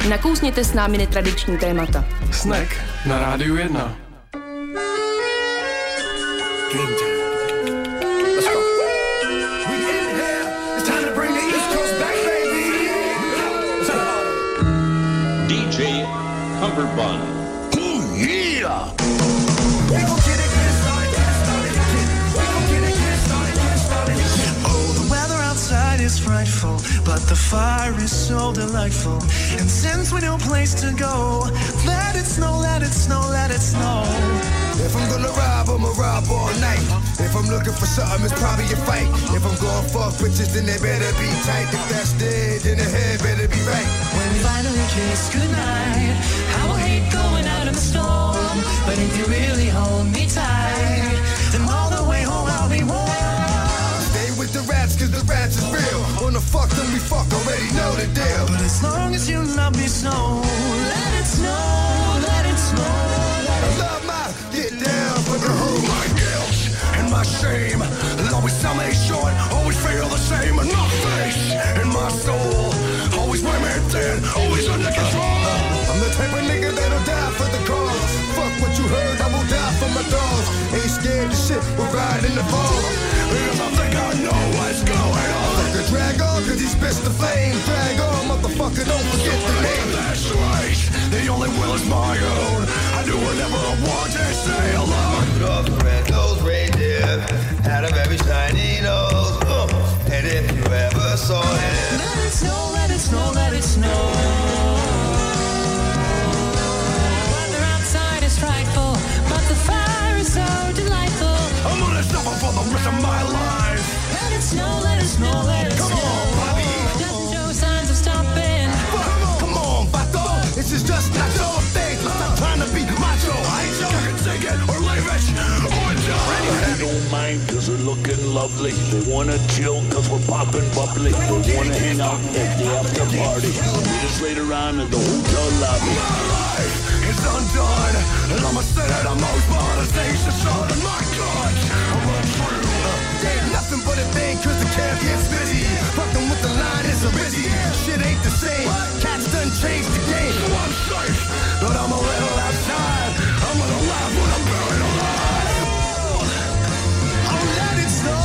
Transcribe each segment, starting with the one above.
Nakousněte s námi netradiční témata. Snack na Rádiu 1. DJ Cumberbund. Ooh, yeah! Is frightful, but the fire is so delightful. And since we no place to go, let it snow, let it snow, let it snow. If I'm gonna rob, I'ma rob all night. If I'm looking for something, it's probably a fight. If I'm going fuck bitches, then they better be tight. If that's dead, then the head better be right. When we finally kiss goodnight, I will hate going out in the storm. But if you really hold me tight, then all the way home I'll be warm. With the rats, cause the rats is real. Wanna fuck them, we fuck, already know the deal. But as long as you love me so, let it snow, let it snow, let it I love my get down for the whole. My guilt and my shame, always sell me short, always feel the same. In my face, in my soul, always my man dead, always under control. I'm the type of nigga that'll die for the cause. Fuck what you heard, I will die for my dogs. Ain't scared of shit, we'll ride in the fall. Because I think I know what's going on. Fucker, drag on, cause he spits the flame. Drag on, motherfucker, don't forget the name. That's right, the only will is my own. I do whatever I want and stay alone. Rudolph the red-nosed reindeer had a very shiny nose. And if you ever saw him, let it snow, let it snow, let it snow. Weather outside is frightful, but the fire is so delightful. I'm gonna suffer for the rest of my life. Let it snow, let it snow, let it Come snow. on, Bobby. Doesn't show signs of stopping. Come on, Vato. This is just not your thing. Stop trying to be macho. I ain't sure I can take it or leave it or die. They don't mind cause we're looking lovely. They wanna chill cause we're popping bubbly. They wanna hang out at the after party. Meet us later on in the hotel lobby. My life is undone, and I'ma say that I'm most monetization son. And my God, I'm untrue. Ain't nothing but a thing cause the cat gets busy. Fucking with the line is a busy. Shit ain't the same. Cats done changed the game. So I'm safe, but I'm a little outside. I'm gonna laugh when I'm buried alive. Oh, let it snow.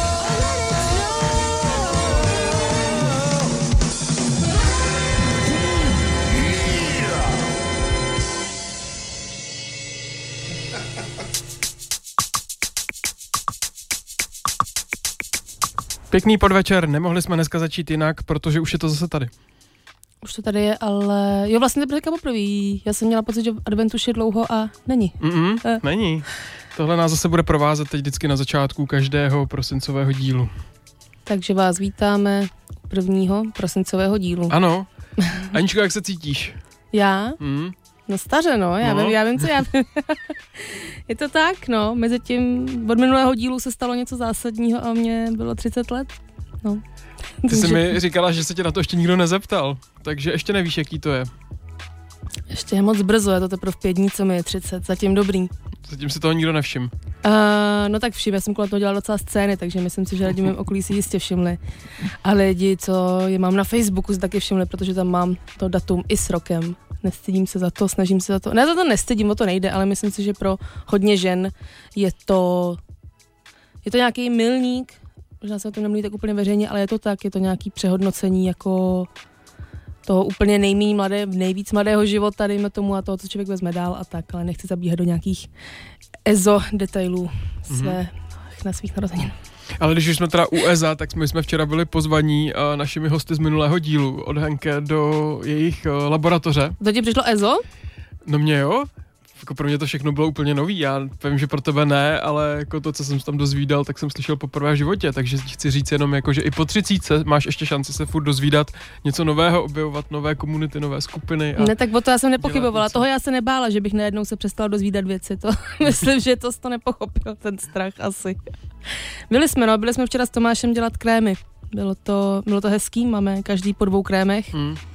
Pěkný podvečer, nemohli jsme dneska začít jinak, protože už je to zase tady. Už to tady je, ale jo, vlastně to říkám poprvé. Já jsem měla pocit, že advent už je dlouho a není. Není. Tohle nás zase bude provázet teď vždycky na začátku každého prosincového dílu. Takže vás vítáme u prvního prosincového dílu. Ano. Aničko, jak se cítíš? Já? No staře, no. Já vím, co já vím. Je to tak, no. Mezitím od minulého dílu se stalo něco zásadního a mně bylo 30 let. No. Ty jsi mi říkala, že se tě na to ještě nikdo nezeptal, takže ještě nevíš, jaký to je. Ještě je moc brzo, je to teprve 5 dní, co mi je 30, zatím dobrý. Zatím si toho nikdo nevšim. No tak všim, já jsem kolem toho dělala docela scény, takže myslím si, že lidi mým okolí si jistě všimli. A lidi, co je mám na Facebooku, si taky všimli, protože tam mám to datum i s rokem. Nestydím se za to, snažím se za to. Ne, za to nestydím, o to nejde, ale myslím si, že pro hodně žen je to nějaký milník, možná se o tom nemluví tak úplně veřejně, ale je to tak, je to nějaký přehodnocení jako toho úplně nejvíc mladého života, dejme tomu, a toho, co člověk vezme dál a tak, ale nechci zabíhat do nějakých detailů na svých narozenin. Ale když už jsme teda u EZA, tak my jsme včera byli pozvaní našimi hosty z minulého dílu od Henke do jejich laboratoře. To ti přišlo EZO? No mě jo. Jako pro mě to všechno bylo úplně nový. Já vím, že pro tebe ne, ale jako to, co jsem tam dozvídal, tak jsem slyšel poprvé v životě. Takže chci říct jenom, jako, že i po 30 máš ještě šanci se furt dozvídat něco nového, objevovat nové komunity, nové skupiny. A ne, tak o to já jsem nepochybovala. Toho já se nebála, že bych najednou se přestala dozvídat věci. To myslím, že to nepochopil, ten strach asi. Byli jsme včera s Tomášem dělat krémy. Bylo to hezký, máme každý po 2 krémech.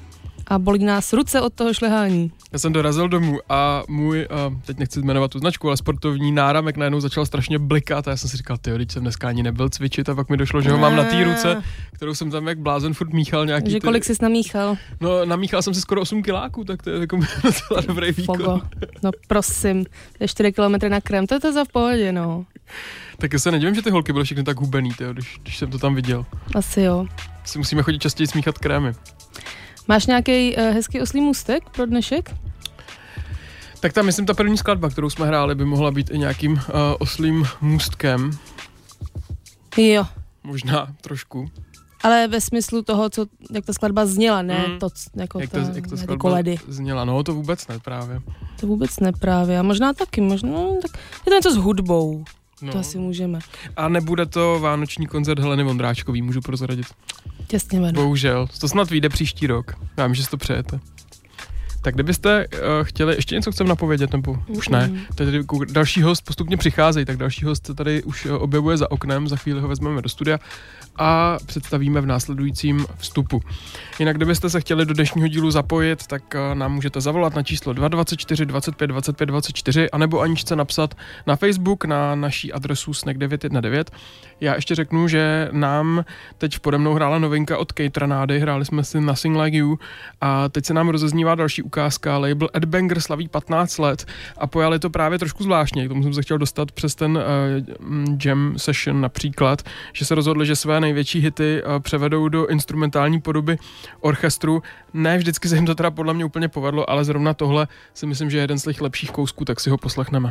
a bolí nás ruce od toho šlehání. Já jsem dorazil domů a můj, teď nechci jmenovat tu značku, ale sportovní náramek najednou začal strašně blikat a já jsem si říkal, tyjo, teď jsem dneska ani nebyl cvičit a pak mi došlo, že ho mám na té ruce, kterou jsem tam jak blázen furt míchal nějaký... Že kolik jsi namíchal? No, namíchal jsem si skoro 8 kiláků, tak to je jako docela dobrý výkon. Fogo. No prosím, 4 kilometry na krem, to je to za v pohodě, no. Tak já se nedivím, že ty holky byly všechny tak hubený, tyjo, když jsem to tam viděl. Asi jo. Si musíme chodit častěji smíchat krémy. Máš nějaký hezký oslý můstek pro dnešek? Tak tam, myslím, ta první skladba, kterou jsme hráli, by mohla být i nějakým oslým můstkem. Jo. Možná trošku. Ale ve smyslu toho, jak ta skladba zněla, ne to, jako jak ta skladba koledy. Zněla, no to vůbec ne právě. To vůbec ne právě, a možná taky, tak je to něco s hudbou. No. To asi můžeme. A nebude to vánoční koncert Heleny Vondráčkový, můžu prozradit. Těsně vedu. Bohužel, to snad vyjde příští rok. Já vím, že si to přejete. Tak kdybyste chtěli, ještě něco chcem napovědět, nebo už ne, tady další host postupně přicházejí, tak další host se tady už objevuje za oknem, za chvíli ho vezmeme do studia a představíme v následujícím vstupu. Jinak kdybyste se chtěli do dnešního dílu zapojit, tak nám můžete zavolat na číslo 224 25 25 24 anebo Aničce napsat na Facebook na naší adresu snack919. Já ještě řeknu, že nám teď pode mnou hrála novinka od Cateranady, hráli jsme si Nothing Like You a teď se nám rozeznívá další ukázka, label Ed Banger slaví 15 let a pojali to právě trošku zvláštně, k tomu jsem se chtěl dostat přes ten jam session například, že se rozhodli, že své největší hity převedou do instrumentální podoby orchestru. Ne vždycky se jim to teda podle mě úplně povedlo, ale zrovna tohle si myslím, že je jeden z těch lepších kousků, tak si ho poslechneme.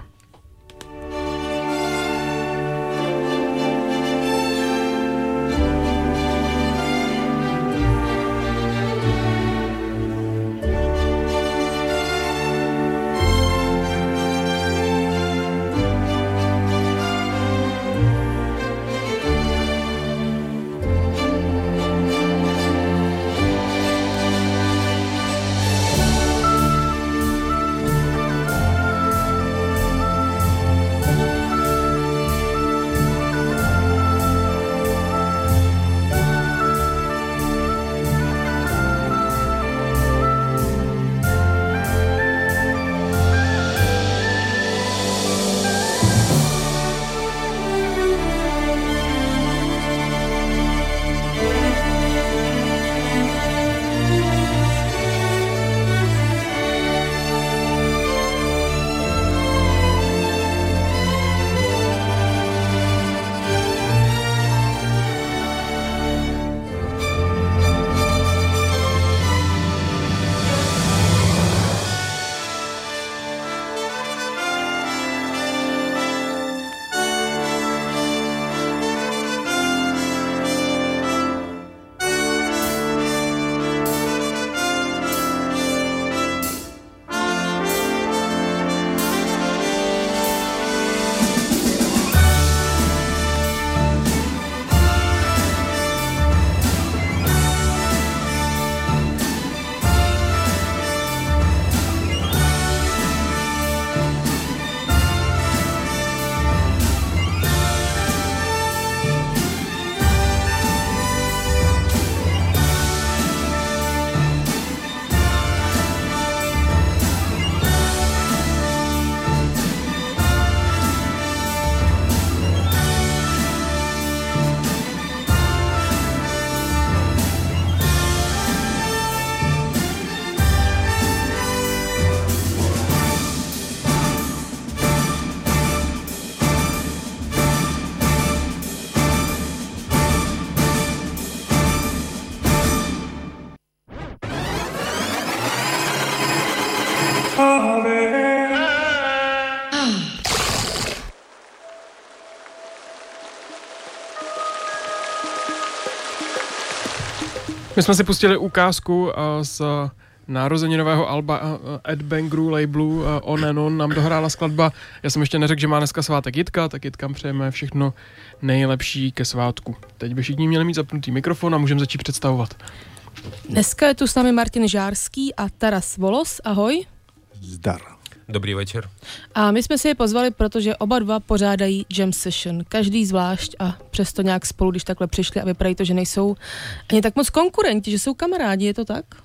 My jsme si pustili ukázku z narozeninového alba Ed Bangeru labelu On and On nám dohrála skladba. Já jsem ještě neřekl, že má dneska svátek Jitka, tak Jitkám přejeme všechno nejlepší ke svátku. Teď by všichni měli mít zapnutý mikrofon a můžeme začít představovat. Dneska je tu s námi Martin Žárský a Taras Volos. Ahoj. Zdar. Dobrý večer. A my jsme si je pozvali, protože oba dva pořádají jam session. Každý zvlášť a přesto nějak spolu, když takhle přišli a vypadají to, že nejsou ani tak moc konkurenti, že jsou kamarádi, je to tak?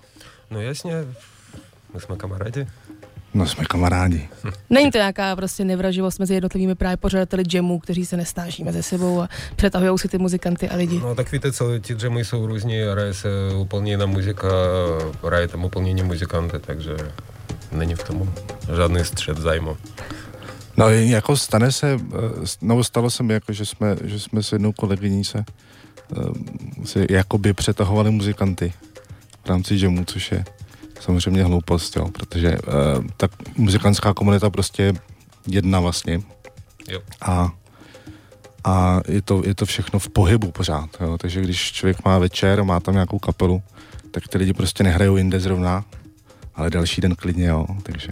No jasně, my jsme kamarádi. No, jsme kamarádi. Není to nějaká prostě nevraživost mezi jednotlivými právě pořadateli jamů, kteří se nesnáší mezi sebou a přetahujou si ty muzikanty a lidi. No tak víte co, ty jamy jsou různí, hraje se úplně jiná muzika, hraje tam úplně jiní muzikanty, takže není v tom žádný střet zájmu. No jako stalo se mi jako, že jsme s jednou kolegyní se jakoby přetahovali muzikanty v rámci jamu, což je samozřejmě hloupost, jo, protože ta muzikantská komunita prostě je jedna vlastně. Jo. A je to všechno v pohybu pořád, jo, takže když člověk má večer, má tam nějakou kapelu, tak ty lidi prostě nehrajou jinde zrovna, ale další den klidně, jo, takže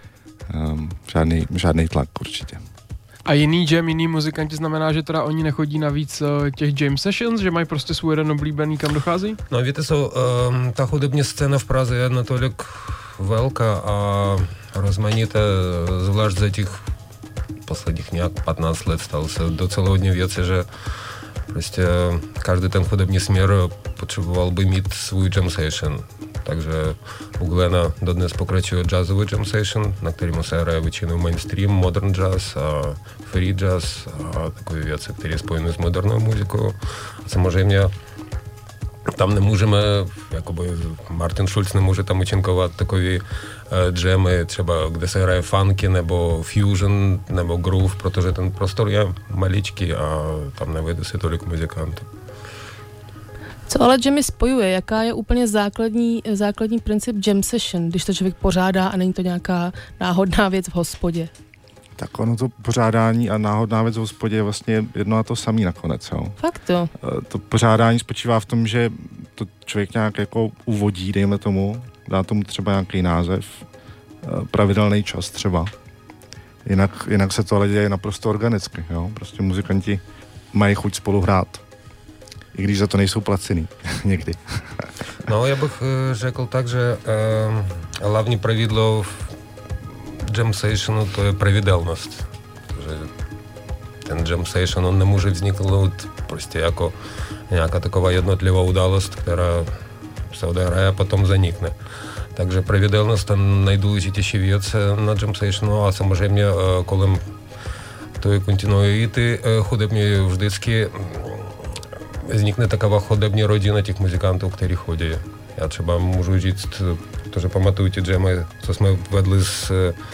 žádný tlak určitě. A jiný jam, jiný muzikanti znamená, že teda oni nechodí na víc těch jam sessions, že mají prostě svůj jeden oblíbený, kam dochází? No víte co, ta hudební scéna v Praze je natolik velká a rozmanitá, zvlášť za těch posledních nějak 15 let stalo se docela hodně věcí, že prostě každý ten hudební směr potřeboval by mít svůj jam session. Takže u Glena dodnes pokračuje jazzový jam session, na kterém se hraje většinou mainstream, modern jazz a free jazz a takové věci, které spojené s modernou muzikou. A samozřejmě tam nemůžeme, jakoby Martin Schulz nemůže tam účinkovat takové džemy, třeba kde se hraje funky nebo fusion nebo groove, protože ten prostor je maličký a tam nevejde si tolik muzikantů. Co ale jamy spojuje? Jaká je úplně základní princip jam session, když to člověk pořádá a není to nějaká náhodná věc v hospodě? Tak ono to pořádání a náhodná věc v hospodě je vlastně jedno a to samý nakonec, jo. Fakt jo. To pořádání spočívá v tom, že to člověk nějak jako uvodí, dejme tomu, dá tomu třeba nějaký název, pravidelný čas třeba. Jinak se to ale děje naprosto organicky, jo. Prostě muzikanti mají chuť spolu hrát, i když za to nejsou placený někdy. No, já bych řekl tak, že hlavní pravidlo jam sessionu to je pravidelnost. Protože ten jam session, on nemůže vzniknout prostě jako nějaká taková jednotlivá událost, která se odehraje a potom zanikne. Takže pravidelnost to nejdůležitější věc na jam sessionu a samozřejmě kolem té kontinuity hudební vždycky vznikne taková hudební rodina těch muzikantů, kteří chodí. Já třeba můžu říct, protože pamatuju ty džemy, co jsme vedli s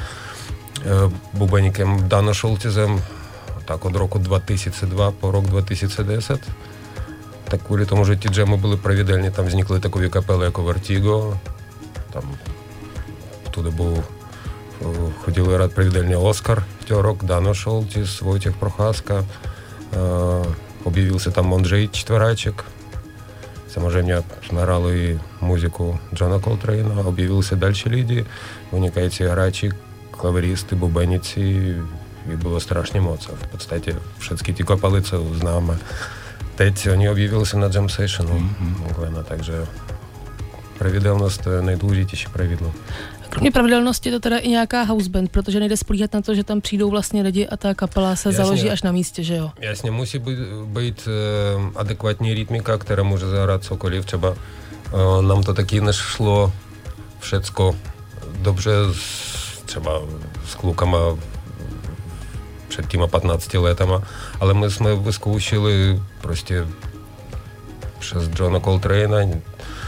bubeníkem Danem Šoltizem, tak od roku 2002 po rok 2010. Tak kvůli tomu, že ty džemy byly pravidelně, tam vznikly takové kapely jako Vertigo, tam v tu dobu chodil hrát pravidelně Oskar v ten rok, Dan Šoltiz, Vojtěch Procházka, objevil se tam Ondřej Čtveráček. Samozřejmě jsme hráli muziku Johna Coltrane'a, objevili se další lidi, vynikající hráči, klaveristy, bubenici, jich bylo strašně moc. A v podstatě všechny ty kapely, co známe. Teď oni objevili se na jam sessionu, takže pravidelnost je nejdůležitější pravidlo. Kromě pravidelnosti je to teda i nějaká houseband, protože nejde spolíhat na to, že tam přijdou vlastně lidi a ta kapela se založí až na místě, že jo? Jasně, musí být adekvátní rytmika, která může zahrát cokoliv. Třeba nám to taky nešlo všecko dobře třeba s klukama před těma 15 letama, ale my jsme vyzkoušeli prostě přes Johna Coltrane'a,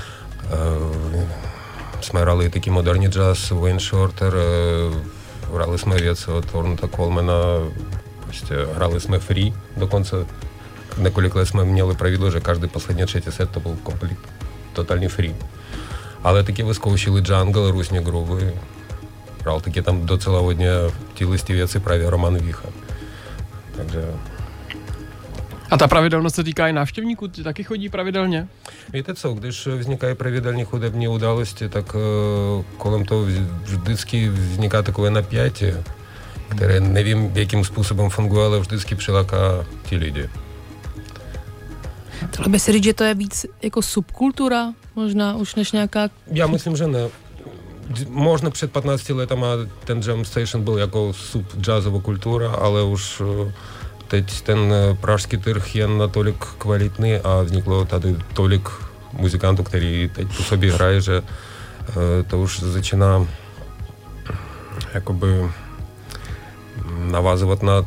jsme hrali taky moderní jazz, Wayne Shorter, hrali jsme věci od Orneta Colemana, prostě hrali jsme free, dokonce několik let jsme měli pravidlo, že každý poslední třetí set to byl totální free. Ale taky vyzkoušeli jungle, různé groovy, hrál taky tam docela hodně ty věci právě Roman Vícha. Takže... A ta pravidelnost se týká i návštěvníků, ty taky chodí pravidelně? Víte co, když vznikají pravidelní hudební události, tak kolem toho vždycky vzniká takové napětí, které nevím, jakým způsobem funguje, ale vždycky přiláká ty lidi. Tohle by se říct, že to je víc jako subkultura, možná už než nějaká... Já myslím, že ne. Možná před 15 letama ten jam station byl jako subjazzová kultura, ale už teď ten pražský trh je natolik kvalitní a vzniklo tady tolik muzikantů, kteří teď po sobě hrají, že to už začíná jakoby navázovat na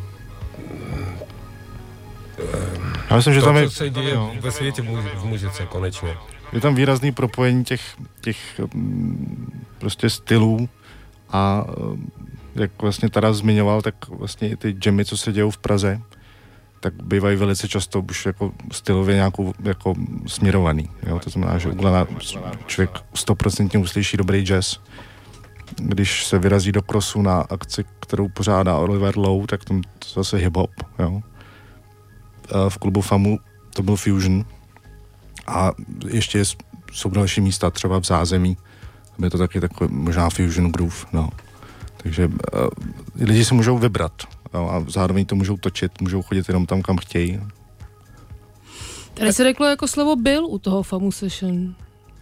já myslím, že to, tam je, co se děje ve světě v muzice konečně. Je tam výrazný propojení těch prostě stylů a jak vlastně Taras zmiňoval, tak vlastně i ty jammy, co se dějou v Praze, tak bývají velice často už jako stylově nějakou jako směrovaný. Jo? To znamená, že člověk 100% uslyší dobrý jazz. Když se vyrazí do crossu na akci, kterou pořádá Oliver Lowe, tak tam to zase hip-hop. Jo? V klubu FAMU to byl fusion a ještě jsou další místa, třeba v zázemí. Tam je to taky takový možná fusion groove. No. Takže lidi si můžou vybrat. Jo, a zároveň to můžou točit, můžou chodit jenom tam, kam chtějí. Tady se řeklo jako slovo byl u toho FAMU session.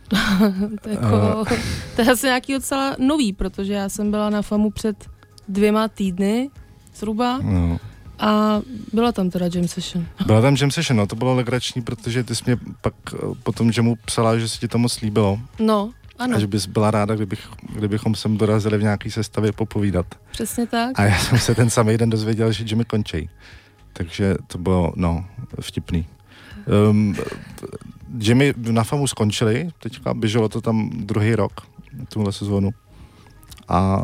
To je asi nějaký docela nový, protože já jsem byla na FAMU před 2 týdny zhruba a byla tam teda jam session. Byla tam jam session, no to bylo legrační, protože ty jsi mě pak po tom jamu psala, že se ti to moc líbilo. No, ano. A že bys byla ráda, kdybychom sem dorazili v nějaký sestavě popovídat. Přesně tak. A já jsem se ten samý den dozvěděl, že Jimmy končí. Takže to bylo, vtipný. Jimmy na FAMU skončili, teďka běželo to tam 2. rok, tuhle sezónu. A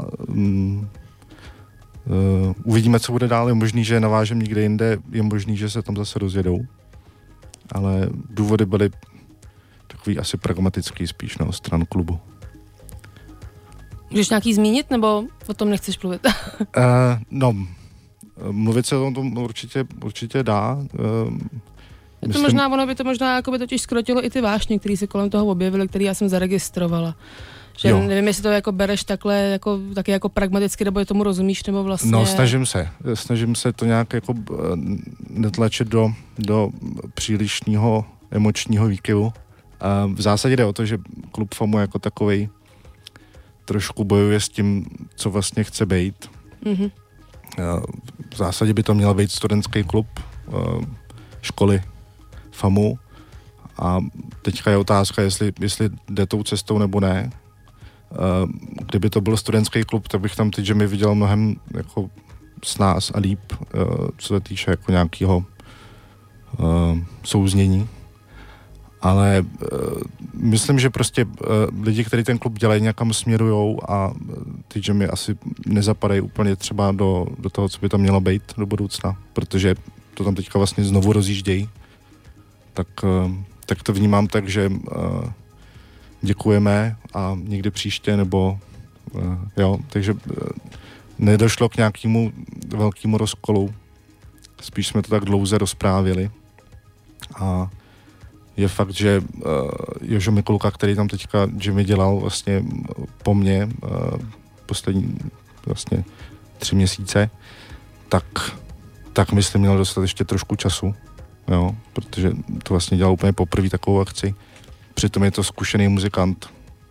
uvidíme, co bude dál. Je možný, že navážem někde jinde, je možný, že se tam zase rozjedou. Ale důvody byly takový asi pragmatický spíš, stran klubu. Můžeš nějaký zmínit, nebo o tom nechceš mluvit? Mluvit se o tom určitě dá. Ono by to možná jakoby totiž skrotilo i ty vášně, které se kolem toho objevily, které já jsem zaregistrovala. Že nevím, jestli to jako bereš takhle, taky jako pragmaticky, nebo je tomu rozumíš, nebo vlastně... No, snažím se to nějak jako netlačit do přílišného emočního výkyvu. A v zásadě jde o to, že klub FAMU jako takovej trošku bojuje s tím, co vlastně chce být. Mm-hmm. V zásadě by to měl být studentský klub školy FAMU a teďka je otázka, jestli jde tou cestou nebo ne. Kdyby to byl studentský klub, tak bych tam ty jammy viděl mnohem jako s nás a líp, co se týče jako nějakého souznění. Ale myslím, že prostě lidi, kteří ten klub dělají, někam směrujou a ty jammy asi nezapadají úplně třeba do toho, co by tam mělo být do budoucna, protože to tam teďka vlastně znovu rozjíždějí. Tak to vnímám tak, že děkujeme a někdy příště, nebo takže nedošlo k nějakému velkému rozkolu. Spíš jsme to tak dlouze rozprávili. A je fakt, že Jožo Mikulka, který tam teďka Jimmy dělal vlastně po mně poslední vlastně 3 měsíce, tak myslím, měl dostat ještě trošku času, protože to vlastně dělal úplně poprvé takovou akci. Přitom je to zkušený muzikant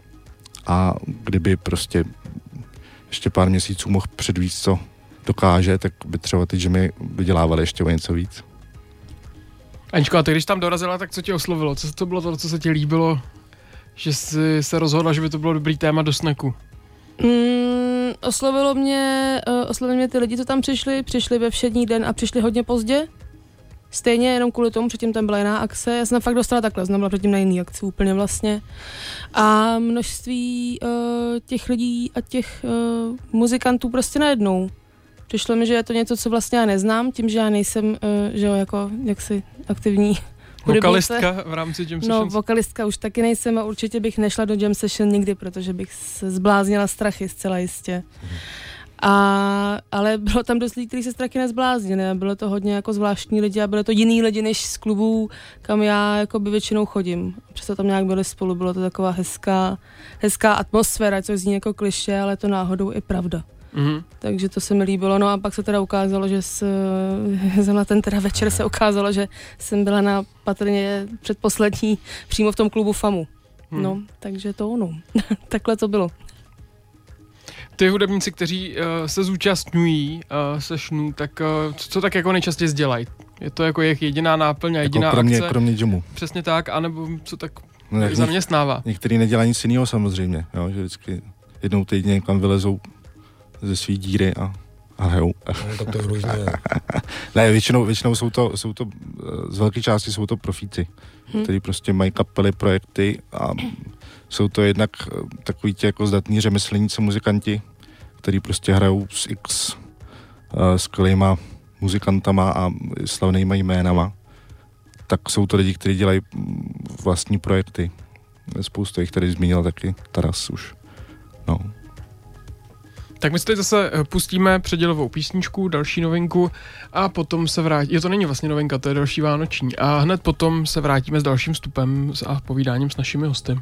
a kdyby prostě ještě pár měsíců mohl předvíct, co dokáže, tak by třeba ty Jimmy vydělávali ještě o něco víc. Aničko, a ty když tam dorazila, tak co tě oslovilo? Co to bylo to, co se ti líbilo, že jsi se rozhodla, že by to bylo dobrý téma do Snaku? Oslovili mě ty lidi, co tam přišli ve všední den a přišli hodně pozdě. Stejně jenom kvůli tomu, předtím tam byla jiná akce. Já jsem fakt dostala takhle, jsem byla předtím na jiný akci úplně vlastně. A množství těch lidí a těch muzikantů prostě najednou. Přišlo mi, že je to něco, co vlastně já neznám, tím, že já nejsem, jako jaksi aktivní hudebnice. Vokalistka v rámci jam sessions? No, vokalistka už taky nejsem a určitě bych nešla do jam session nikdy, protože bych se zbláznila strachy zcela jistě. Ale bylo tam dost lidí, kteří se strachy nezbláznili a bylo to hodně jako zvláštní lidi a byly to jiný lidi než z klubů, kam já jakoby většinou chodím. Přesto tam nějak byli spolu, bylo to taková hezká atmosféra, což zní jako klišé, ale to náhodou i pravda. Mm-hmm. Takže to se mi líbilo, no a pak se teda ukázalo, že na ten teda večer se ukázalo, že jsem byla na patrně předposlední přímo v tom klubu FAMU. No, takže to ono. Takhle to bylo. Ty hudebníci, kteří se zúčastňují sessionů, tak co tak jako nejčastěji dělají? Je to jako jejich jediná náplň a jediná jako akce? Kromě jamu. Přesně tak, anebo co tak No, zaměstnává. Některý nedělá nic jiného samozřejmě, jo, že vždycky jednou týdně někam vylezou ze svý díry a hrajou. No, tak to je různě. Ne, většinou jsou to z velké části jsou to profíci, kteří prostě mají kapely, projekty a jsou to jednak takový ti jako zdatní řemeslníci, muzikanti, kteří prostě hrajou s X skvělýma muzikantama a slavnýma jménama. Tak jsou to lidi, kteří dělají vlastní projekty. Spoustu jich tady zmínil taky Taras už. No. Tak my si teď zase pustíme předělovou písničku, další novinku a potom se vrátíme. To není vlastně novinka, to je další vánoční. A hned potom se vrátíme s dalším vstupem a povídáním s našimi hosty.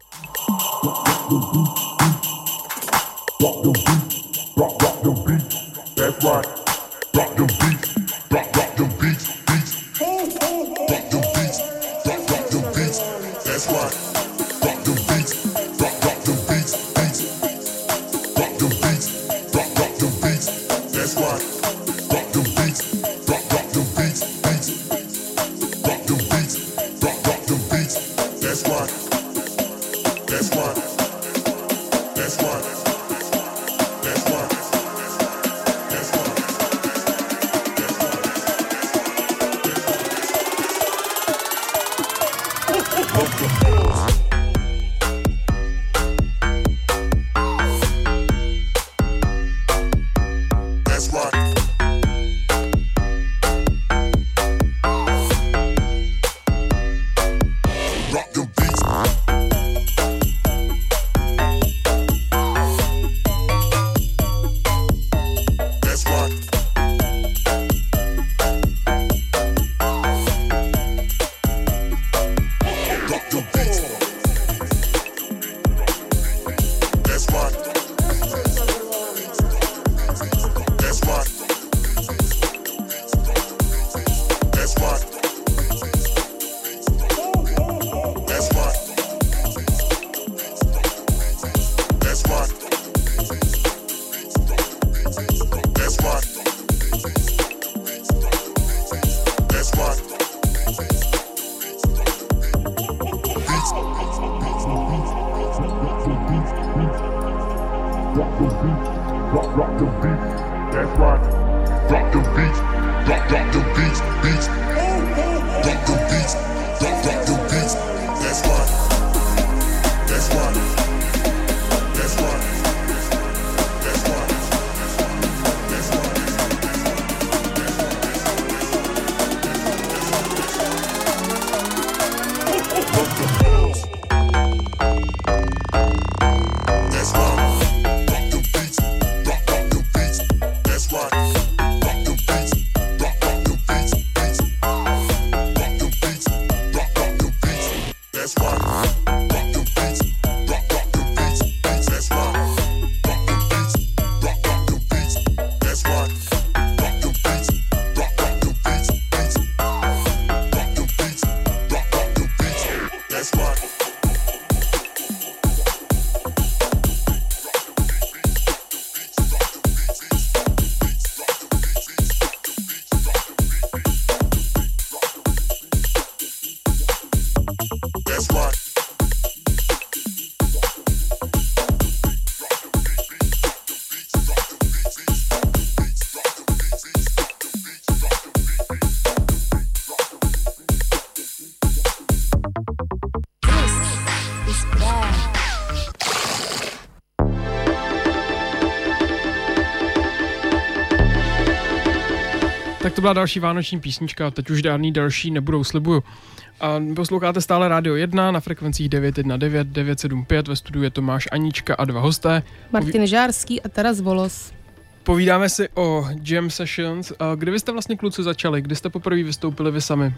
Tak to byla další vánoční písnička, teď už žádný další nebudou, slibuju. A posloucháte stále Rádio 1 na frekvencích 919, 975, ve studiu je Tomáš Anička a dva hosté. Martin Žárský a Taras Volos. Povídáme si o Jam Sessions. A kdy vy jste vlastně kluci začali? Kdy jste poprvé vystoupili vy sami?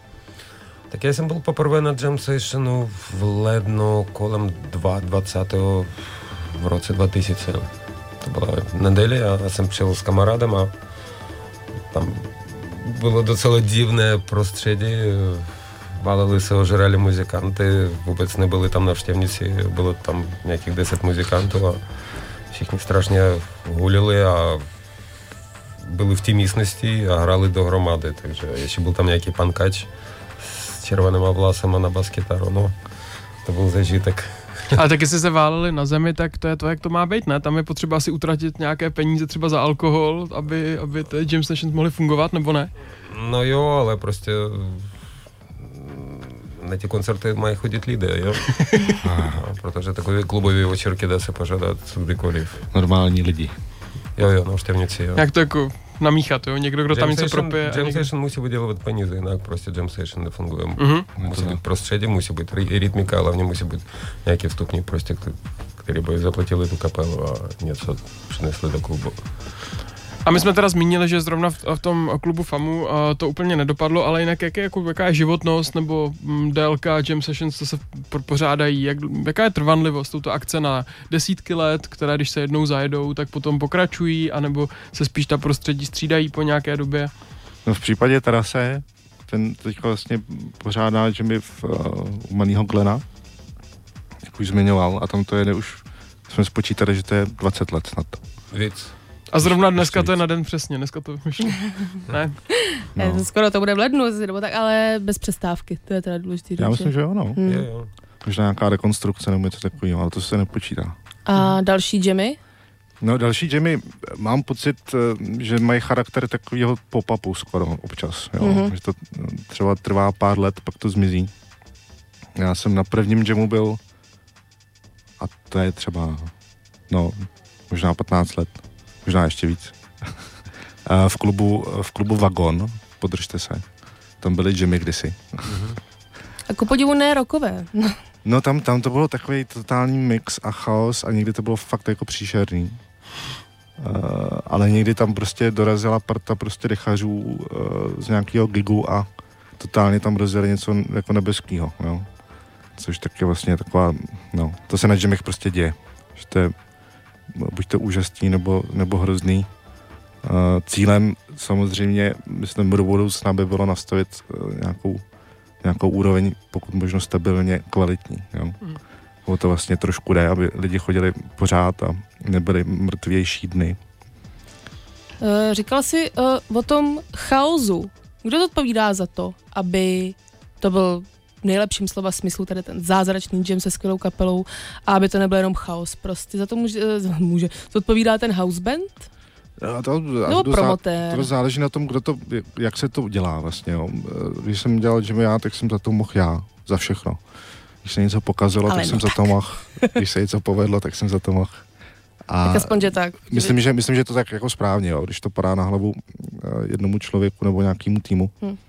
Tak já jsem byl poprvé na Jam Sessionu v lednu kolem 22. v roce 2000. To byla neděle, já jsem přijel s kamarádem a tam bylo docela divné prostředí. Bálili se, ožrali muzikanty, vůbec nebyli tam navštěvníci, bylo tam nějakých 10 muzikantů a všichni strašně hulili a byli v té místnosti a hrali dohromady, takže ještě byl tam nějaký pankač s červenýma vlasama na bas-kytaru, no. To byl zažitek. Ale tak jestli se váleli na zemi, tak to je to, jak to má být, ne? Tam je potřeba si utratit nějaké peníze třeba za alkohol, aby ty jam sessions mohly fungovat, nebo ne? No jo, ale prostě na ty koncerty mají chodit lidé, jo? Protože takové klubové večerky dá se požádat kdykoliv. Normální lidi. Jo, na Štěvnici, jo. Jak to jako namíchat, jo? Někdo, kdo tam něco propije. Jam session musí vydělovat peníze, jinak prostě jam session nefunguje. Musí být prostředí, musí být rytmika, hlavně musí být nějaký vstupní prostě, který by zaplatili tu kapelu a něco přinesli do klubu. A my jsme teda zmínili, že zrovna v tom klubu FAMU to úplně nedopadlo, ale jinak jaká je životnost nebo délka jam sessions, co se pořádají, jaká je trvanlivost touto akce na desítky let, které když se jednou zajedou, tak potom pokračují, anebo se spíš ta prostředí střídají po nějaké době? No v případě Tarase, ten teďka vlastně pořádá jammy u Malýho Glena, jak už zmiňoval, a tam to jede už, jsme spočítali, že to je 20 let snad. Víc. A zrovna dneska to je na den přesně, dneska to myšlo. Ne? No. Skoro to bude v lednu, nebo tak, ale bez přestávky, to je teda důležitý. Já myslím, že jo, no. Jo. Možná nějaká rekonstrukce nebo něco takového, ale to se nepočítá. A další jammy? No další jammy, mám pocit, že mají charakter takového pop-upu skoro občas, jo. Že to třeba trvá pár let, pak to zmizí. Já jsem na prvním jamu byl, a to je třeba, možná 15 let. Možná ještě víc. V klubu Vagon, podržte se, tam byly jammy kdysi. A ku podivu ne rockové. No tam to bylo takový totální mix a chaos a někdy to bylo fakt jako příšerný. Ale někdy tam prostě dorazila parta prostě dechařů z nějakého gigu a totálně tam rozjeli něco jako nebeskýho, jo. Což taky vlastně taková, to se na jammech prostě děje. Že to je buď to úžasný, nebo hrozný. Cílem samozřejmě, myslím, do budoucna by bylo nastavit nějakou úroveň, pokud možno stabilně kvalitní. Jo. O to vlastně trošku jde, aby lidi chodili pořád a nebyli mrtvější dny. Říkal jsi o tom chaosu. Kdo to odpovídá za to, aby to byl v nejlepším slova smyslu tady ten zázračný jam se skvělou kapelou a aby to nebyl jenom chaos. Prostě za to může. To odpovídá ten house band? Nebo promotér? To záleží na tom, jak se to udělá vlastně. Jo. Když jsem dělal jam já, tak jsem za to mohl já. Za všechno. Když se něco pokazilo, tak jsem za to mohl. Když se něco povedlo, tak jsem za to mohl. Tak aspoň, že tak. Myslím, že to tak jako správně, jo, když to padá na hlavu jednomu člověku nebo nějakému týmu.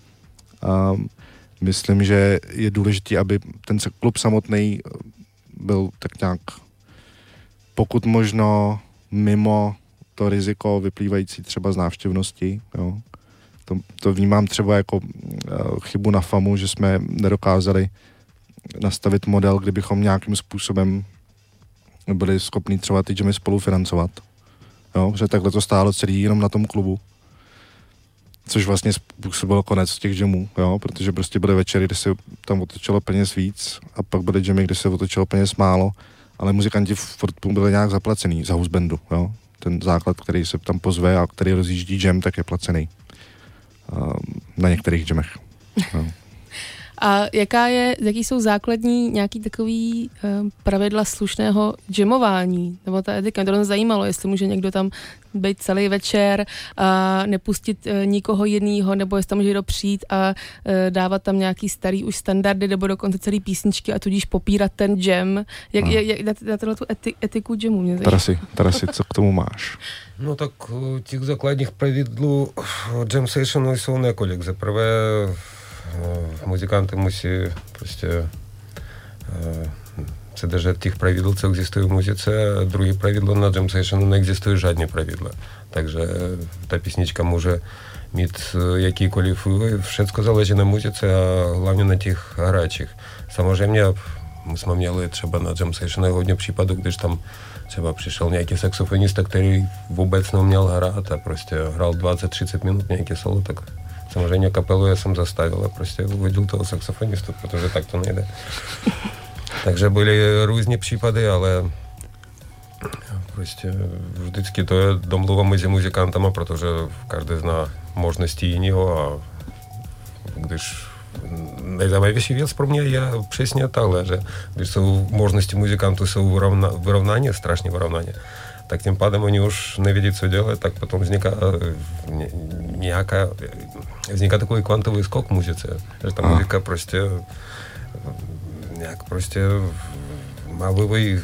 Myslím, že je důležité, aby ten klub samotný byl tak nějak pokud možno mimo to riziko vyplývající třeba z návštěvnosti. Jo. To vnímám třeba jako chybu na FAMu, že jsme nedokázali nastavit model, kdybychom nějakým způsobem byli schopni třeba ty jammy spolufinancovat. Jo, že takhle to stálo celý jenom na tom klubu. Což vlastně způsobilo konec těch jamů, jo, protože prostě byly večery, kde se tam otočilo peněz víc a pak byly jammy, kde se otočilo peněz málo, ale muzikanti furt byli nějak zaplacený z housebandu, jo. Ten základ, který se tam pozve a který rozjíždí jam, tak je placený. Na některých jamech. Jo. A jaký jsou základní nějaký takový pravidla slušného jamování? Nebo ta etika? Mě to mě zajímalo, jestli může někdo tam být celý večer a nepustit nikoho jinýho, nebo jestli tam může přijít a dávat tam nějaký starý už standardy, nebo dokonce celý písničky a tudíž popírat ten jam. Jak na tu etiku jamu? Tarasi, co k tomu máš? No tak těch základních pravidlů jam sessionu jsou několik. Za prvé музыканты musí prostě se držet těch pravidel, co existují v muzice. Druhé pravidlo na jam sessionu neexistuje žádné pravidla. Takže ta písnička může mít jakýkoliv vliv. Všechno záleží na muzice a hlavně na těch hráčích. Samozřejmě my jsme měli třeba na jam sessionu hodně případů, když tam třeba přišel nějaký saxofonista, který vůbec neuměl hrát a prostě hrál 20-30 minut nějaký solo, tak samozřejmě kapelu já jsem zastavil a prostě uvedl toho saxofonistu, protože tak to nejde. Takže byly různé případy, ale prostě vždycky to je domluva mezi muzikantama, protože každý zná možnosti jiného a když Nejzajímavější věc pro mě je přesně tahle, že když jsou možnosti muzikantů, jsou vyrovnání, strašně vyrovnání, tak tím pádem oni už nevědí, co dělat, tak potom vzniká takový kvantový skok v muzice, že ta muzika prostě nějak prostě má vývoj,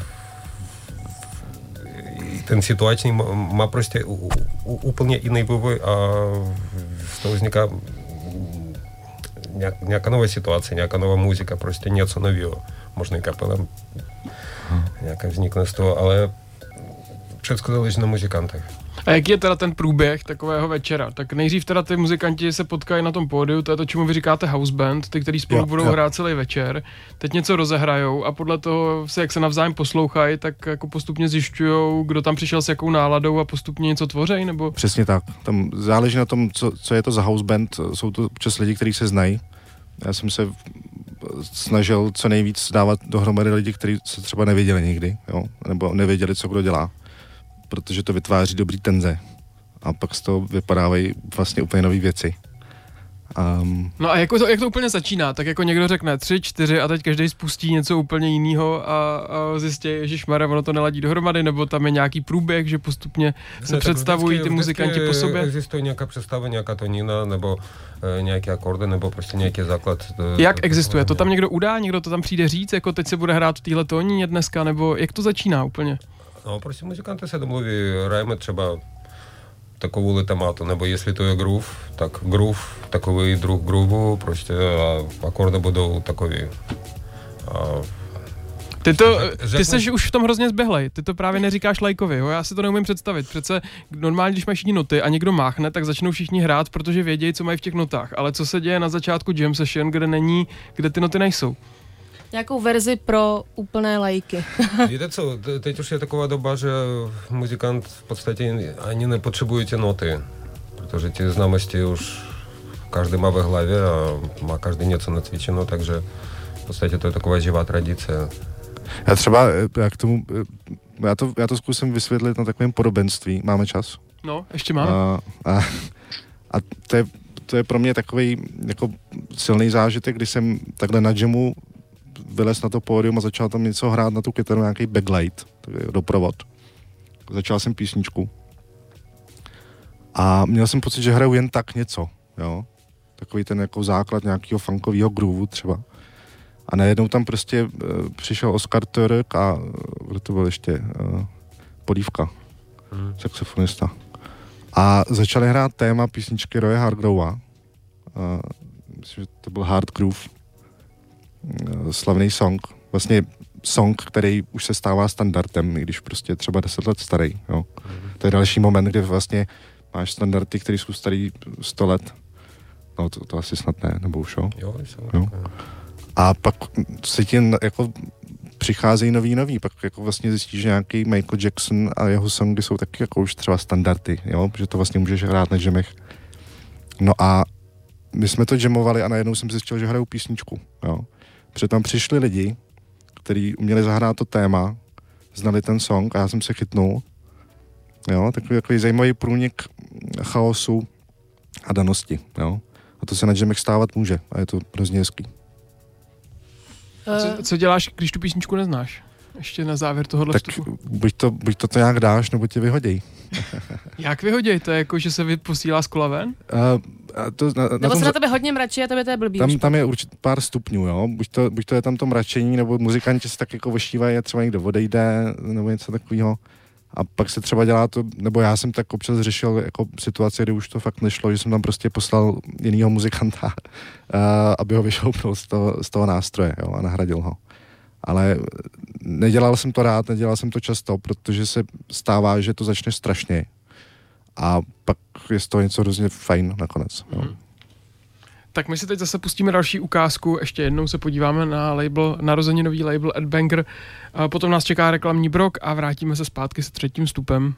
ten situační má prostě úplně jiný vývoj a z toho vzniká nějaká nová situace, nějaká nová muzika, prostě něco nového. Možná i kapela nějaká vznikne z toho, ale všechno záleží na muzikantech. A jaký je teda ten průběh takového večera? Tak nejdřív teda ty muzikanti se potkají na tom pódiu, to je to, čemu vy říkáte house band, ty, kteří spolu budou hrát celý večer, teď něco rozehrajou a podle toho se, jak se navzájem poslouchají, tak jako postupně zjišťujou, kdo tam přišel s jakou náladou a postupně něco tvoří, nebo? Přesně tak. Tam záleží na tom, co je to za house band, jsou to občas lidi, kteří se znají. Já jsem se snažil co nejvíc dávat dohromady lidi, kteří se třeba nevěděli nikdy, jo? Nebo nevěděli, co kdo dělá, protože to vytváří dobrý tenze a pak z toho vypadávají vlastně úplně nové věci. No a jak to úplně začíná? Tak jako někdo řekne 3, 4 a teď každý spustí něco úplně jiného a zjistí, ježišmarja, ono to neladí dohromady, nebo tam je nějaký průběh, že postupně se představují ty muzikanti po sobě? Existuje nějaká představa, nějaká tonina, nebo nějaké akordy, nebo prostě nějaký základ. Jak existuje? To tam někdo udá, někdo to tam přijde říct, jako teď se bude hrát v téhle tónině dneska, nebo jak to začíná úplně? No, prostě muzikanty se domluví, hrajeme třeba takovou tématu, nebo jestli to je groove, tak groove, takový druh grooveu, prostě a akordy budou takový. Ty jsi už v tom hrozně zběhlej, ty to právě neříkáš lajkovi, jo? Já si to neumím představit. Přece normálně, když máš všichni noty a někdo máchne, tak začnou všichni hrát, protože vědějí, co mají v těch notách. Ale co se děje na začátku jam session, kde ty noty nejsou? Nějakou verzi pro úplné lajky. Víte co, teď už je taková doba, že muzikant v podstatě ani nepotřebuje ty noty, protože ty známosti už každý má ve hlavě a má každý něco nacvičeno, takže v podstatě to je taková živá tradice. Já to zkusím vysvětlit na takovém podobenství. Máme čas? No, ještě máme. A to je pro mě takový jako silný zážitek, když jsem takhle na jamu vylez na to pódium a začal tam něco hrát na tu kytaru, nějaký backlight, doprovod. Začal jsem písničku. A měl jsem pocit, že hraju jen tak něco, jo. Takový ten jako základ nějakého funkového grooveu třeba. A najednou tam prostě přišel Oskar Török a kdo to byl ještě? Polívka, saxofonista. A začali hrát téma písničky Roye Hargroova. Myslím, že to byl Hard Groove. Slavný song. Vlastně song, který už se stává standardem, i když prostě třeba 10 let starý. Jo. To je další moment, kdy vlastně máš standardy, které jsou starý 100 let. No to asi snad ne, nebo už jo. Jo. A pak se ti jako přicházejí nový, pak jako vlastně zjistíš, že nějaký Michael Jackson a jeho songy jsou taky jako už třeba standardy, jo, že to vlastně můžeš hrát na jamech. No a my jsme to jamovali a najednou jsem zjistil, že hraju písničku, jo. Protože tam přišli lidi, kteří uměli zahrát to téma, znali ten song a já jsem se chytnul, jo, takový zajímavý průnik chaosu a danosti, jo. A to se na jamech stávat může a je to hrozně hezký. Co děláš, když tu písničku neznáš? Ještě na závěr tohohle vstupu. Buď to nějak dáš, nebo tě vyhoděj. Jak vyhoděj? To je jako, že se posílá z kola ven? Nebo se na tebe hodně mračí a tebe to je blbý. Tam je určitě pár stupňů, jo. Buď to je tam to mračení, nebo muzikanti se tak jako vošívají a třeba někdo odejde, nebo něco takového. A pak se třeba dělá to, nebo já jsem tak občas řešil jako situaci, kdy už to fakt nešlo, že jsem tam prostě poslal jinýho muzikanta, aby ho vyšoupnul z toho nástroje, jo, a nahradil ho. Ale nedělal jsem to rád, nedělal jsem to často, protože se stává, že to začne strašně. A pak je z toho něco hrozně fajn nakonec. Jo. Tak my si teď zase pustíme další ukázku, ještě jednou se podíváme na narozeninový label Ed Banger, potom nás čeká reklamní brok a vrátíme se zpátky s třetím vstupem.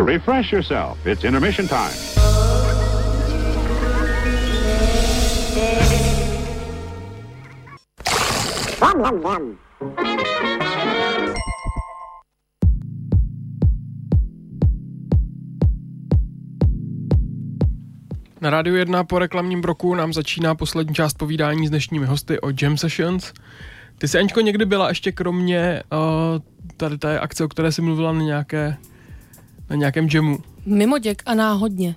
Refresh yourself. It's intermission time. Na Rádiu 1 po reklamním bloku nám začíná poslední část povídání s dnešními hosty o Jam Sessions. Ty jsi, Aňko, někdy byla ještě kromě tady té akce, o které jsi mluvila na nějakém jamu? Mimo děk a náhodně.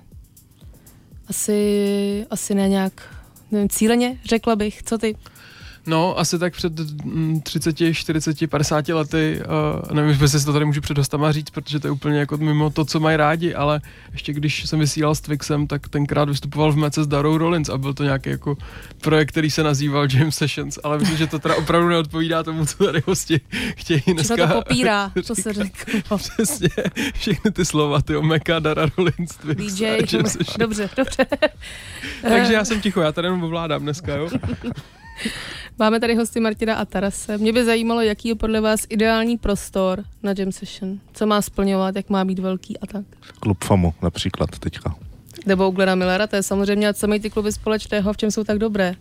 Asi ne nějak, nevím, cíleně, řekla bych. Co ty? No, asi tak před 30, 40, 50 lety, nevím, jestli si to tady můžu před hostama říct, protože to je úplně jako mimo to, co mají rádi, ale ještě když jsem vysílal s Twixem, tak tenkrát vystupoval v Mece s Darou Rollins a byl to nějaký jako projekt, který se nazýval Jam Sessions, ale myslím, že to teda opravdu neodpovídá tomu, co tady hosti chtějí dneska. Všechno to popírá, co se řeklo. Přesně, všechny ty slova, ty Meka, Dara Rollins, Twix. DJ, dobře. Takže já jsem ticho, já tady jenom ovládám dneska, jo? Máme tady hosty Martina a Tarase. Mě by zajímalo, jaký je podle vás ideální prostor na jam session. Co má splňovat, jak má být velký a tak. Klub FAMU například teďka. Nebo u Glena Millera, to je samozřejmě, a co mají ty kluby společného, v čem jsou tak dobré?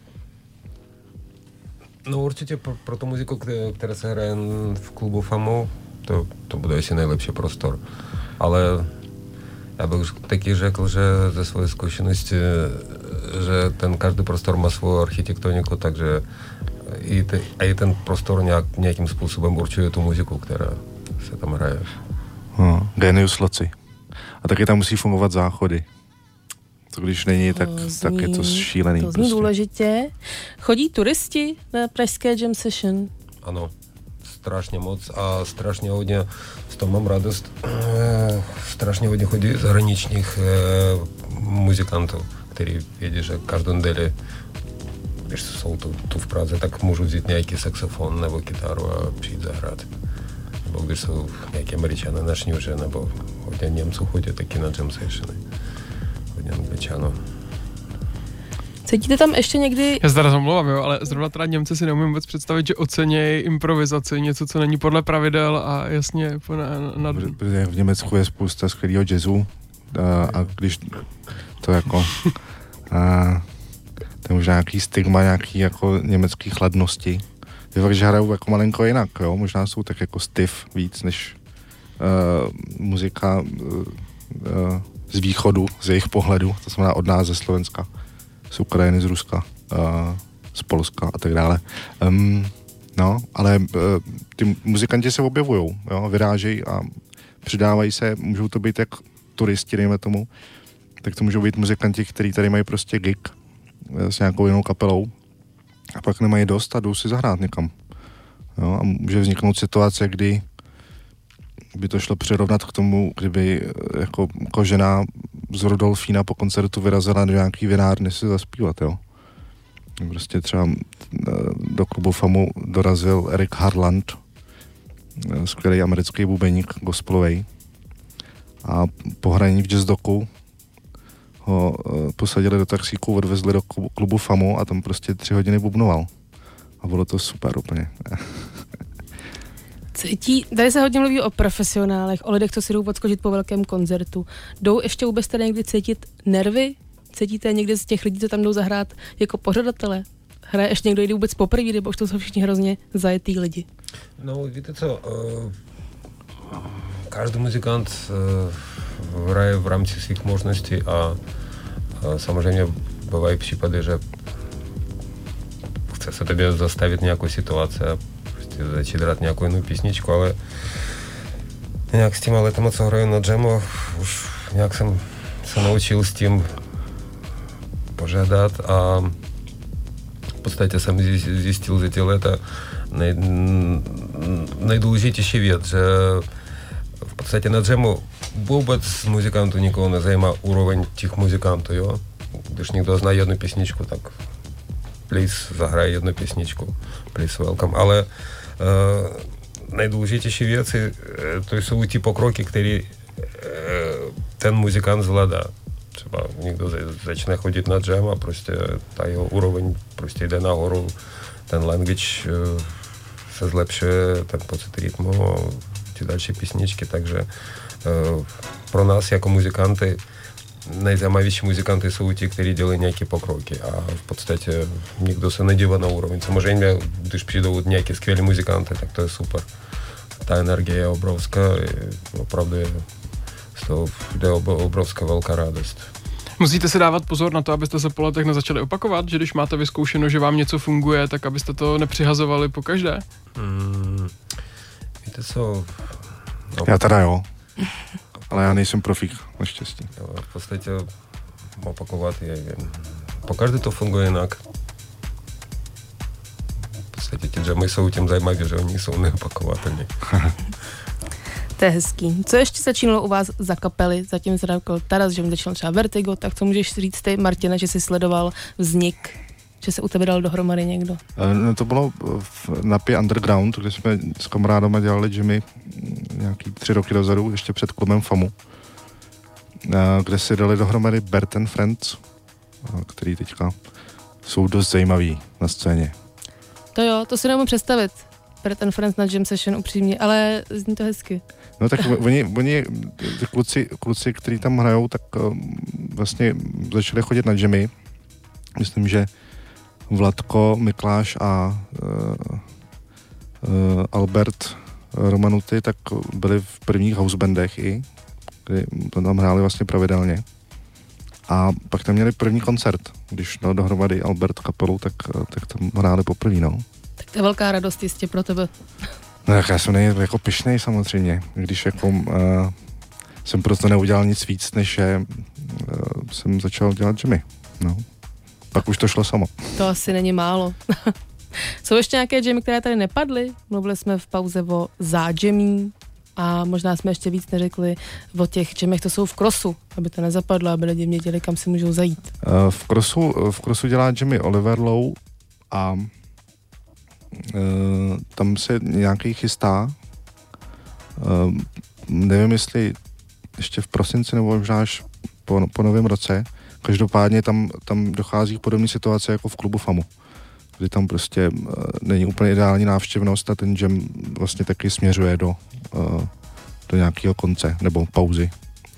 No určitě pro tu muziku, která se hraje v klubu FAMU, to bude asi nejlepší prostor. Ale já bych taky řekl, že ze své zkušenosti, že každý prostor má svou architektoniku, takže i ten prostor nějakým způsobem určuje tu muziku, která se tam hraje. Genius loci. A taky tam musí fungovat záchody. To když není, tak je to šílený. To zní důležitě. Chodí turisti na pražské jam session? Ano, strašně moc a strašně hodně, z toho mám radost, strašně hodně chodí zahraničních muzikantů, kteří vědí, že každou neděli, když jsou tu v Praze, tak můžu vzít nějaký saxofon nebo kytaru a přijít zahrát. Nebo když jsou nějaké Američané na šňůře, nebo hodně Němců chodí taky na jam sessiony. Hodně Angličanů. Cítíte tam ještě někdy... Já se teda omlouvám, jo, ale zrovna teda Němci si neumím vůbec představit, že ocenějí improvizaci, něco, co není podle pravidel a jasně... V Německu je spousta skvělého jazzu a když to jako... to je možná nějaký stigma, nějaký jako německý chladnosti. Je fakt, že hrajou jako malinko jinak, jo, možná jsou tak jako stiff víc, než muzika z východu, z jejich pohledu, to znamená od nás ze Slovenska, z Ukrajiny, z Ruska, z Polska a tak dále. No, ale ty muzikanti se objevujou, jo, vyrážejí a přidávají se, můžou to být jak turisti, dejme tomu, tak to můžou být muzikanti, kteří tady mají prostě gig s nějakou jinou kapelou a pak nemají dost a jdou si zahrát někam. Jo, a může vzniknout situace, kdy by to šlo přirovnat k tomu, kdyby jako Kožená z Rudolfína po koncertu vyrazila do nějaký vinárny si zaspívat, jo. Prostě třeba do klubu FAMU dorazil Eric Harland, skvělý americký bubeník gospelovej, a po hraní v Jazz Doku ho posadili do taxíku, odvezli do klubu FAMU a tam prostě 3 hodiny bubnoval. A bylo to super úplně. Tady se hodně mluví o profesionálech, o lidech, co si jdou podskočit po velkém koncertu. Jdou ještě vůbec tady někdy cítit nervy? Cítíte někdy z těch lidí, co tam jdou zahrát jako pořadatele? Hraje ještě někdo, jde vůbec poprvé, nebo už to jsou všichni hrozně zajetý lidi? No, víte co, každý muzikant hraje v rámci svých možností a samozřejmě bývají případy, že chce se tebe zastavit nějakou situaci a prostě začít hrát nějakou jinou písničku, ale nějak s tím, ale tomu, co hraju na jamu, už nějak jsem se naučil s tím požádat a v podstatě jsem zjistil za ty leta nejdůležitější věc, že v podstatě na jamu vůbec muzikantů nikoho nezajímá úroveň těch muzikantů, jo? Když někdo zná jednu písničku, tak please zahraj jednu písničku, please welcome, ale nejdůležitější věci, to jsou ty pokroky, které ten muzikant zvládá. Třeba někdo začne chodit na jam a prostě ta jeho úroveň prostě jde nahoru, ten language se zlepšuje, ten pocit rytmu, ty další písničky, takže Pro nás jako muzikanty nejzajímavější muzikanty jsou ti, kteří dělají nějaké pokroky a v podstatě nikdo se nedívá na úroveň. Samozřejmě, když přijdou nějaké skvělé muzikanty, tak to je super. Ta energie je obrovská, opravdu je z toho jde obrovská velká radost. Musíte si dávat pozor na to, abyste se po letech nezačali opakovat, že když máte vyzkoušeno, že vám něco funguje, tak abyste to nepřihazovali po každé? Víte co? No, já teda jo, ale já nejsem profík, naštěstí. V podstatě opakovat je, po každé to funguje jinak. V podstatě ti džemy jsou tím zajímaví, že oni jsou neopakovatelní. To je hezký. Co ještě začínalo u vás za kapely? Zatím se dávkal Taras, že mi začínal třeba Vertigo, tak co můžeš říct ty, Martina, že jsi sledoval vznik, že se u tebe dal dohromady někdo? No to bylo na Pi Underground, kde jsme s kamarádama dělali Jimmy nějaký 3 roky dozadu, ještě před klubem FAMU, kde si dali dohromady Bert and Friends, který teďka jsou dost zajímaví na scéně. To jo, to si nemůžu představit. Bert and Friends na jam session upřímně, ale zní to hezky. No tak oni ty kluci, kteří tam hrajou, tak vlastně začali chodit na jammy. Myslím, že Vladko, Mikláš a Albert Romanuty tak byli v prvních housebandech i, kdy tam hráli vlastně pravidelně. A pak tam měli první koncert, když dal dohromady Albert kapelu, tak tam hráli poprvé, no. Tak to je velká radost jistě pro tebe. No tak já jsem jako pyšnej samozřejmě, když jako jsem proto neudělal nic víc, než jsem začal dělat jammy, no. Pak už to šlo samo. To asi není málo. Jsou ještě nějaké jammy, které tady nepadly? Mluvili jsme v pauze o zájemí a možná jsme ještě víc neřekli o těch jammech, to jsou v Crossu, aby to nezapadlo, aby lidi věděli, kam si můžou zajít. V Crossu dělá jammy Oliver Lowe a tam se nějaký chystá. Nevím, jestli ještě v prosinci nebo možná až po novém roce. Každopádně tam dochází k podobné situaci jako v klubu FAMU, kdy tam prostě není úplně ideální návštěvnost a ten jam vlastně taky směřuje do nějakého konce nebo pauzy.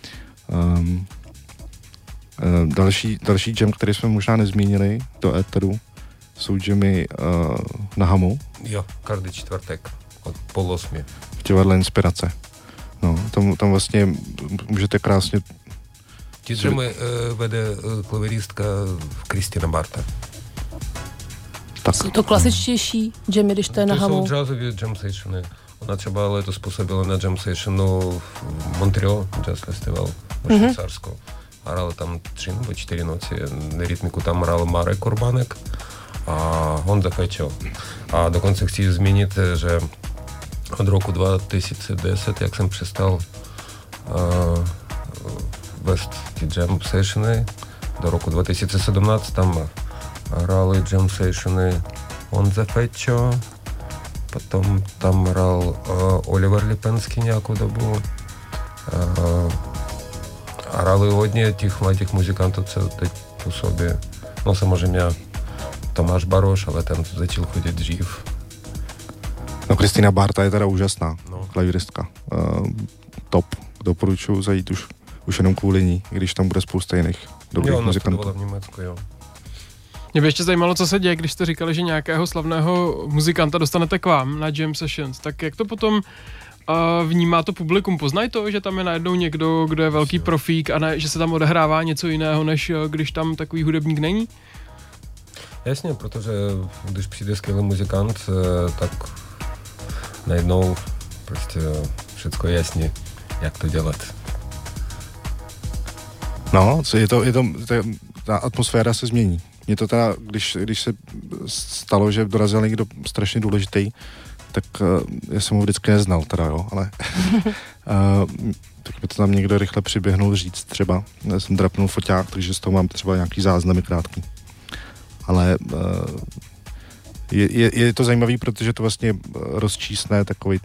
Další jam, který jsme možná nezmínili do éteru, jsou jammy na Hamu. Jo, každý čtvrtek od 7:30. V divadle Inspirace. No, tam vlastně můžete krásně... Ti jammy vede klaviristka Kristina Barta. Tak. Jsou to klasičtější jammy, když to je na Hamu? To jsou jazzové jam sessiony. Ona třeba letos způsobila na jam sessionu v Montreal Jazz Festival v Švýcarsku. Hrála tam 3 nebo 4 noci. Na rytmiku tam hrál Marek Urbanek a Honza Fečo. A dokonce chci zmínit, že od roku 2010, jak jsem přestal vést ty jam sessiony, do roku 2017 tam hráli jam sessiony Honza Fečo, potom tam hrál Oliver Lipenský nějakou dobu. Hráli hodně těch mladých muzikantů, co teď působí. No samozřejmě Tomáš Baroš, ale ten začal chodit dřív. No Kristina Barta je teda úžasná, klaviristka. Top. Doporučuji zajít už jenom kvůli ní, když tam bude spousta jiných dobrých muzikantů. Jo, v Německu, jo. Mě by ještě zajímalo, co se děje, když jste říkali, že nějakého slavného muzikanta dostanete k vám na jam sessions. Tak jak to potom vnímá to publikum? Poznají to, že tam je najednou někdo, kdo je velký profík a ne, že se tam odehrává něco jiného, než když tam takový hudebník není? Jasně, protože když přijde skvělý muzikant, tak najednou prostě všechno je jasně, jak to dělat. No, ta atmosféra se změní. Mně to teda, když se stalo, že dorazil někdo strašně důležitý, tak já jsem ho vždycky neznal teda, jo, ale tak by to tam někdo rychle přiběhnul říct třeba. Já jsem drapnul foťák, takže z toho mám třeba nějaký záznamy krátký. Ale je to zajímavý, protože to vlastně rozčísne takovou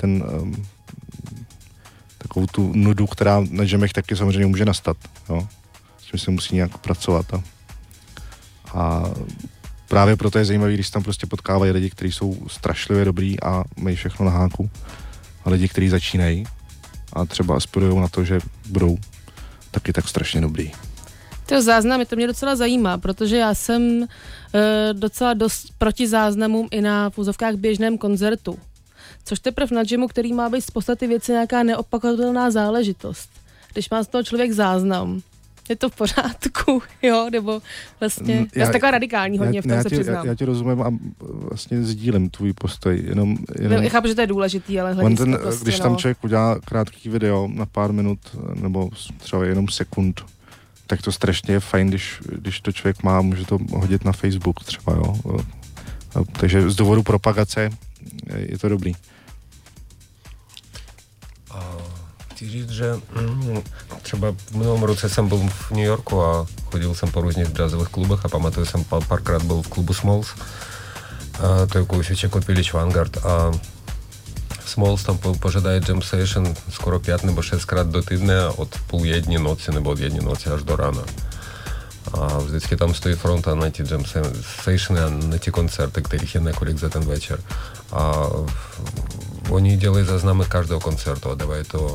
tu nudu, která na jamech taky samozřejmě může nastat, jo. S tím se musí nějak pracovat a právě proto je zajímavý, když tam prostě potkávají lidi, kteří jsou strašlivě dobrý a mají všechno na háku a lidi, kteří začínají a třeba aspirujou na to, že budou taky tak strašně dobrý. To záznamy, to mě docela zajímá, protože já jsem docela dost proti záznamům i na v úzovkách běžném koncertu. Což teprve na jamu, který má být z podstaty věci nějaká neopakovatelná záležitost. Když má z toho člověk záznam, je to v pořádku, jo, nebo vlastně, já jsem taková radikální hodně v tom se přiznám. Já ti rozumím a vlastně sdílím tvůj postoj, jenom já chápu, že to je důležitý, ale hlediska prostě, když tam člověk udělá krátký video na pár minut, nebo třeba jenom sekund, tak to strašně je fajn, když to člověk má, může to hodit na Facebook třeba, jo. Takže z důvodu propagace je to dobrý. Chci říct, že třeba v minulém roce jsem byl v New Yorku a chodil jsem po různých jazzových klubech a pamatuju, jsem párkrát byl v klubu Smalls, to je kousíček od Village Vanguard a Smalls tam požadає jam session skoro 5 nebo 6 krát do týdne od 12:30 noci nebo od 1 noci až do rána. A vždycky tam stojí fronta na ty jam sessiony a na ty koncerty, kterých je několik za ten večer. A oni dělají záznamy každého koncertu a dávají to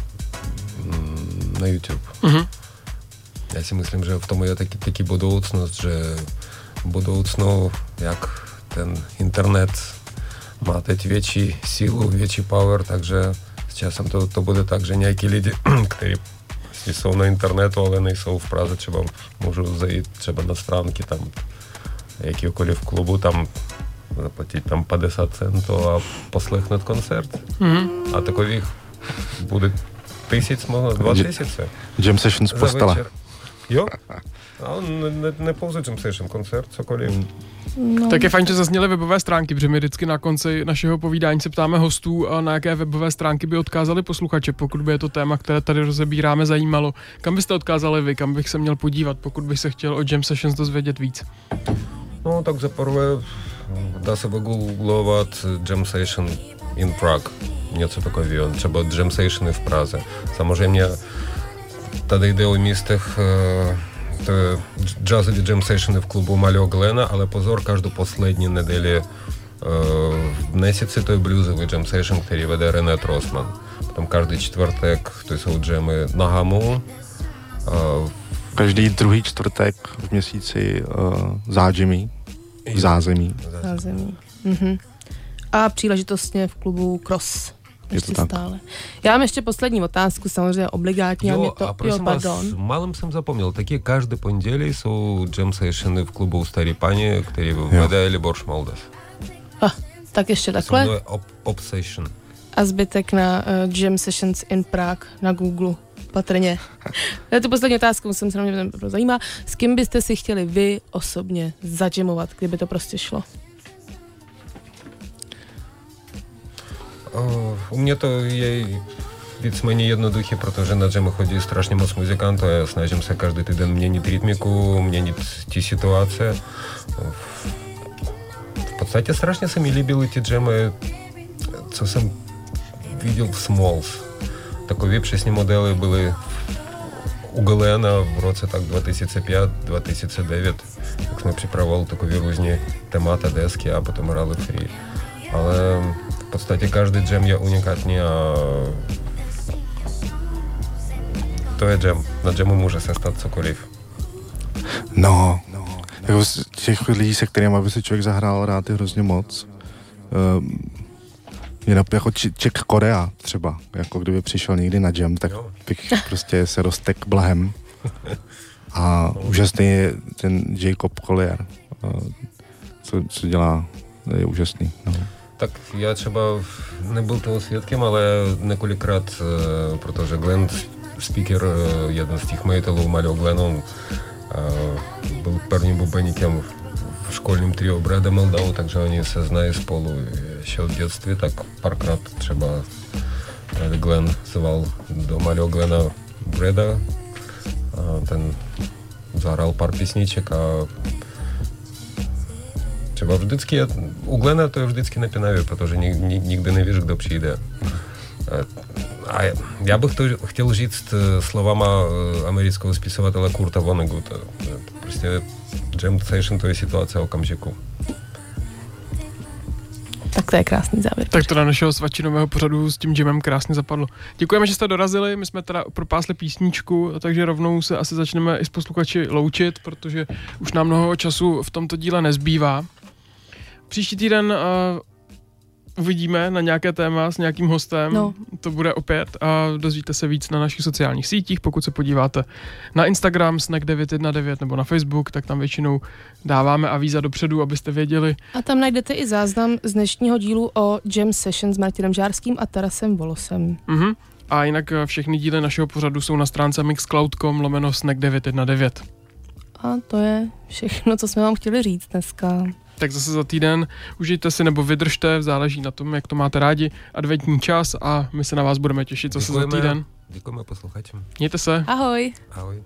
na YouTube. Mm-hmm. Já si myslím, že v tom je taky budoucnost, že v budoucnu, jak ten internet má teď větší sílu, větší power, takže s časem to bude tak, že nějaký lidi, kteří jsou na internetu, ale nejsou v Praze, třeba můžou zajít třeba na stránky tam jakýkoliv klubu, tam zaplatit tam 50 centů a poslechnout koncert. Mm-hmm. A takových bude 1000, možná 2000. Jam session z postele. Jo, ale ne pouze jam session, koncert, cokoliv. No. Tak je fajn, že zazněly webové stránky, protože my vždycky na konci našeho povídání se ptáme hostů, na jaké webové stránky by odkázali posluchače, pokud by je to téma, které tady rozebíráme, zajímalo. Kam byste odkázali vy, kam bych se měl podívat, pokud bych se chtěl o Jam Sessions dozvědět víc? No, tak za prvé dá se vygooglovat Jam Session in Prague, něco takového, třeba Jam Sessiony v Praze. Samozřejmě tady jde o místech, to je jazzový jam sessiony v klubu Malého Glena, ale pozor, každou poslední neděli v měsíci to je bluesový jam session, který vede René Trossman. Potom každý čtvrtek to jsou jammy na Hamu. Každý druhý čtvrtek v měsíci zázemí. Mhm. A příležitostně v klubu Cross. Ještě stále. Já mám ještě poslední otázku, samozřejmě obligátní. Jo, a prosím vás, malým jsem zapomněl, taky každý pondělí jsou jam sessiony v klubu Starý Pani, který vede Libor Šmaldas. Tak ještě takhle. To je Obsession. A zbytek na Jam Sessions in Prague na Google, patrně. Tu poslední otázku se mě zajímá. S kým byste si chtěli vy osobně zadžemovat, kdyby to prostě šlo? U mě to je víceméně jednoduché, protože na džemy chodí strašně moc muzikantů a já snažím se každý týden měnit rytmiku, měnit ty situace. V podstatě strašně se mi líbily ty džemy, co jsem viděl v Smalls. Takové přesně modely byly u Glena v roce tak 2005-2009, jak jsme připravovali takové různé témata, desky a potom hráli free. Ale v podstatě každý jam je unikátní a to je jam. Na jamu může se stát cokoliv. No. Jako z těch lidí, se kterými by se člověk zahrál rád je hrozně moc. Jako Czech Korea třeba, jako kdyby přišel někdy na jam, tak bych prostě se roztek blahem. A úžasný je ten Jacob Collier, co dělá, je úžasný. No. Tak já třeba nebyl toho svědkem, ale několikrát, protože Glenn speaker, jeden z těch majitelů Malého Glena, on byl prvním bubeníkem v školním trio Breda Meldau, takže oni se znají spolu ještě od dětství, tak párkrát třeba Glenn zval do Malého Glena Breda a ten zahrál pár písniček a třeba vždycky, u Glena to je vždycky napínavě, protože nikdy nevíš, kdo přijde. A já bych to chtěl říct slovama amerického spisovatele Kurta Vonnegutta. Prostě jam session to je situace okamžiku. Tak to je krásný závěr. Tak to na našeho svačinového pořadu s tím Jimem krásně zapadlo. Děkujeme, že jste dorazili, my jsme teda propásli písničku, takže rovnou se asi začneme i s posluchači loučit, protože už nám mnoho času v tomto díle nezbývá. Příští týden uvidíme na nějaké téma s nějakým hostem, to bude opět a dozvíte se víc na našich sociálních sítích, pokud se podíváte na Instagram snack919 nebo na Facebook, tak tam většinou dáváme avíza dopředu, abyste věděli. A tam najdete i záznam z dnešního dílu o Jam Session s Martinem Žárským a Tarasem Volosem. A jinak všechny díly našeho pořadu jsou na stránce mixcloud.com/snack919. A to je všechno, co jsme vám chtěli říct dneska. Tak zase za týden užijte si nebo vydržte, záleží na tom, jak to máte rádi, adventní čas a my se na vás budeme těšit zase za týden. Děkujeme posluchačům. Mějte se. Ahoj. Ahoj.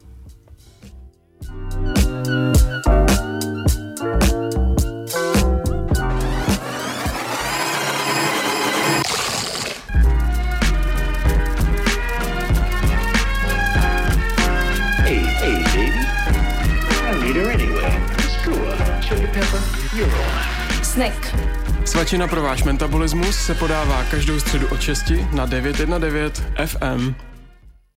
Hey, baby. I need her anyway. Screw her. Sugar pepper, you're on. Snack. Svačina pro váš metabolismus se podává každou středu od 6 na 919 FM.